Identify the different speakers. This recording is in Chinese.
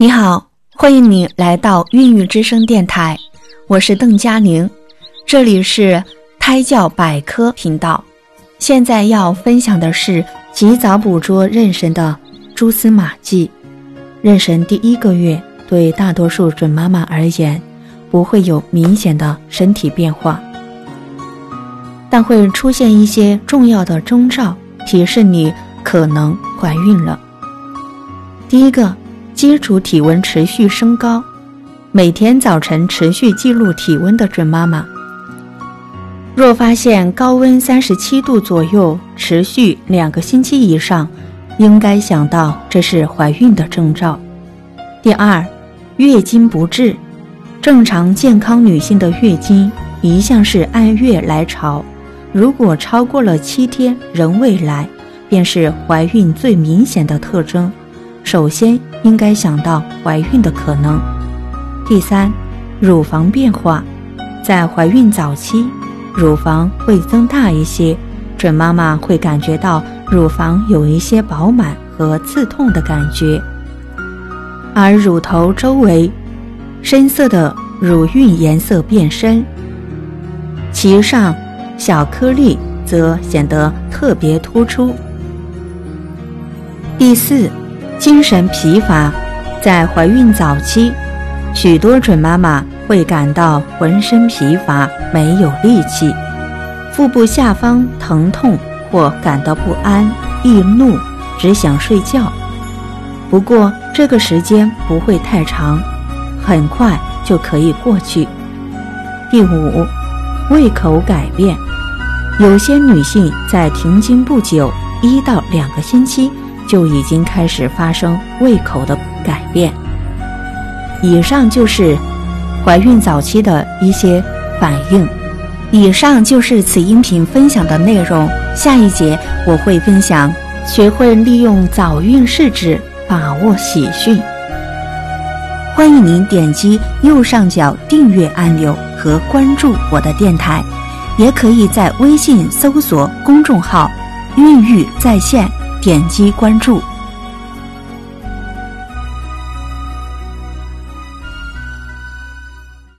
Speaker 1: 你好，欢迎你来到孕育之声电台，我是邓佳宁，这里是胎教百科频道。现在要分享的是及早捕捉妊娠的蛛丝马迹。妊娠第1个月对大多数准妈妈而言不会有明显的身体变化，但会出现一些重要的征兆，提示你可能怀孕了。第一个，基础体温持续升高，每天早晨持续记录体温的准妈妈，若发现高温37度左右持续2个星期以上，应该想到这是怀孕的征兆。第二，月经不滞，正常健康女性的月经一向是按月来潮，如果超过了7天仍未来，便是怀孕最明显的特征，首先应该想到怀孕的可能。第三，乳房变化，在怀孕早期，乳房会增大一些，准妈妈会感觉到乳房有一些饱满和刺痛的感觉，而乳头周围深色的乳晕颜色变深，其上小颗粒则显得特别突出。第四，精神疲乏，在怀孕早期，许多准妈妈会感到浑身疲乏，没有力气，腹部下方疼痛或感到不安、易怒，只想睡觉。不过这个时间不会太长，很快就可以过去。第五，胃口改变，有些女性在停经不久1到2个星期就已经开始发生胃口的改变。以上就是怀孕早期的一些反应。以上就是此音频分享的内容，下一节我会分享学会利用早孕试纸把握喜讯。欢迎您点击右上角订阅按钮和关注我的电台，也可以在微信搜索公众号孕育在线，点击关注。